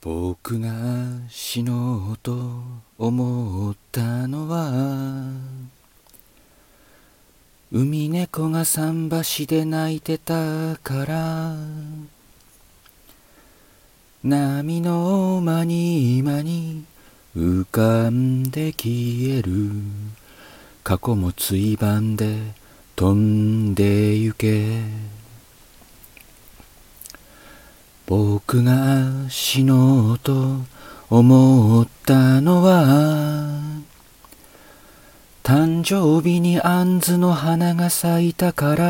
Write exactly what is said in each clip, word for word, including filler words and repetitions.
僕が死のうと思ったのは、海猫が桟橋で泣いてたから。波の間に間に浮かんで消える過去もついばんで飛んで行け。僕が死のうと思ったのは、誕生日に杏の花が咲いたから。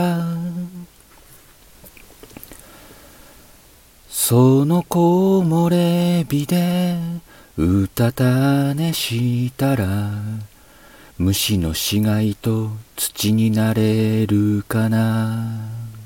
その木漏れ日でうたた寝したら、虫の死骸と土になれるかな。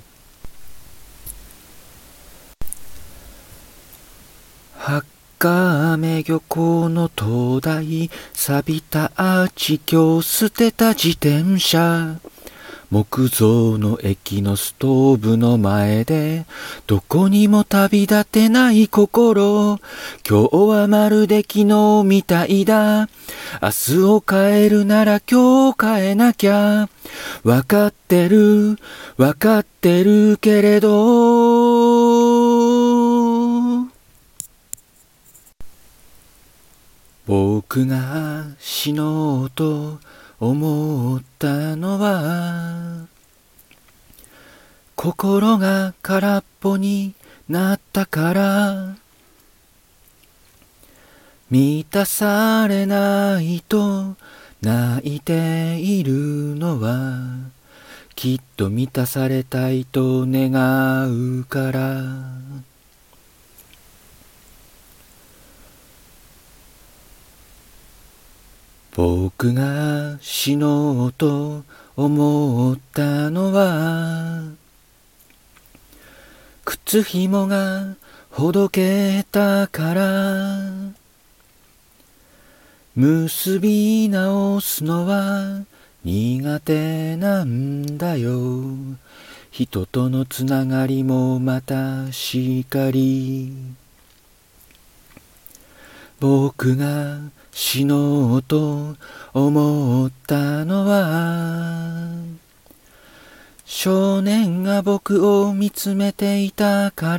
八亀漁港の灯台、錆びたアーチ橋、捨てた自転車、木造の駅のストーブの前で、どこにも旅立てない心。今日はまるで昨日みたいだ。明日を変えるなら今日変えなきゃ。わかってる、わかってるけれど。僕が死のうと思ったのは、心が空っぽになったから。満たされないと泣いているのは、きっと満たされたいと願うから。僕が死のうと思ったのは、靴ひもがほどけたから。結び直すのは苦手なんだよ。人とのつながりもまたしかり。僕が死のうと思ったのは、少年が僕を見つめていたから。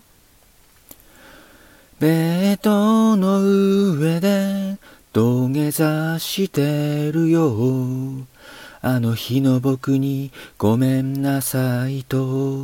ベッドの上で土下座してるよ。あの日の僕にごめんなさいと。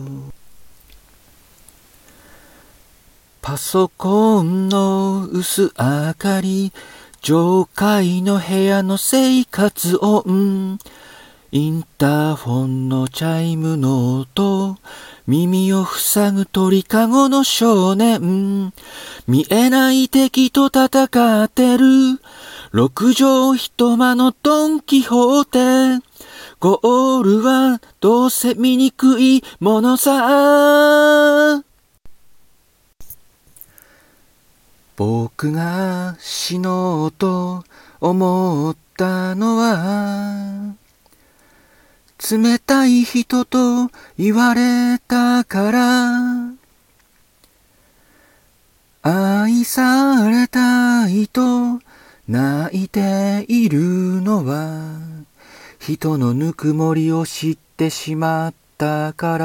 パソコンの薄明かり、上階の部屋の生活音、インターフォンのチャイムの音、耳を塞ぐ鳥かごの少年、見えない敵と戦ってる六畳一間のドンキホーテ。ゴールはどうせ醜いものさ。僕が死のうと思ったのは、冷たい人と言われたから。愛されたいと泣いているのは、人のぬくもりを知ってしまったから。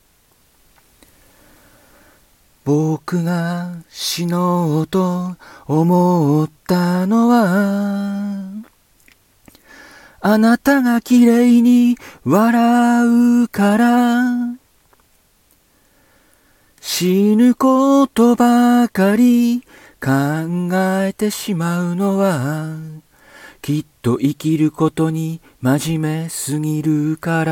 僕が死のうと思ったのは、あなたが綺麗に笑うから。死ぬことばかり考えてしまうのは、きっと生きることに真面目すぎるから。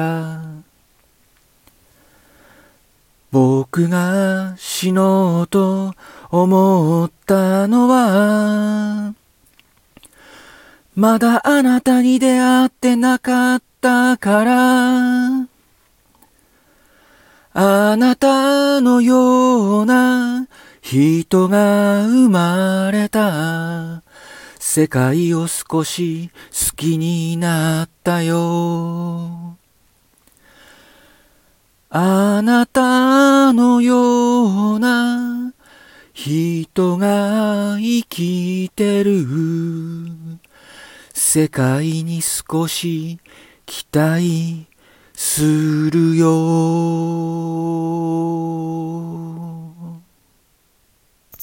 僕が死のうと思ったのは、まだあなたに出会ってなかったから。あなたのような人が生まれた世界を少し好きになったよ。あなたのような人が生きてる世界に少し期待するよ。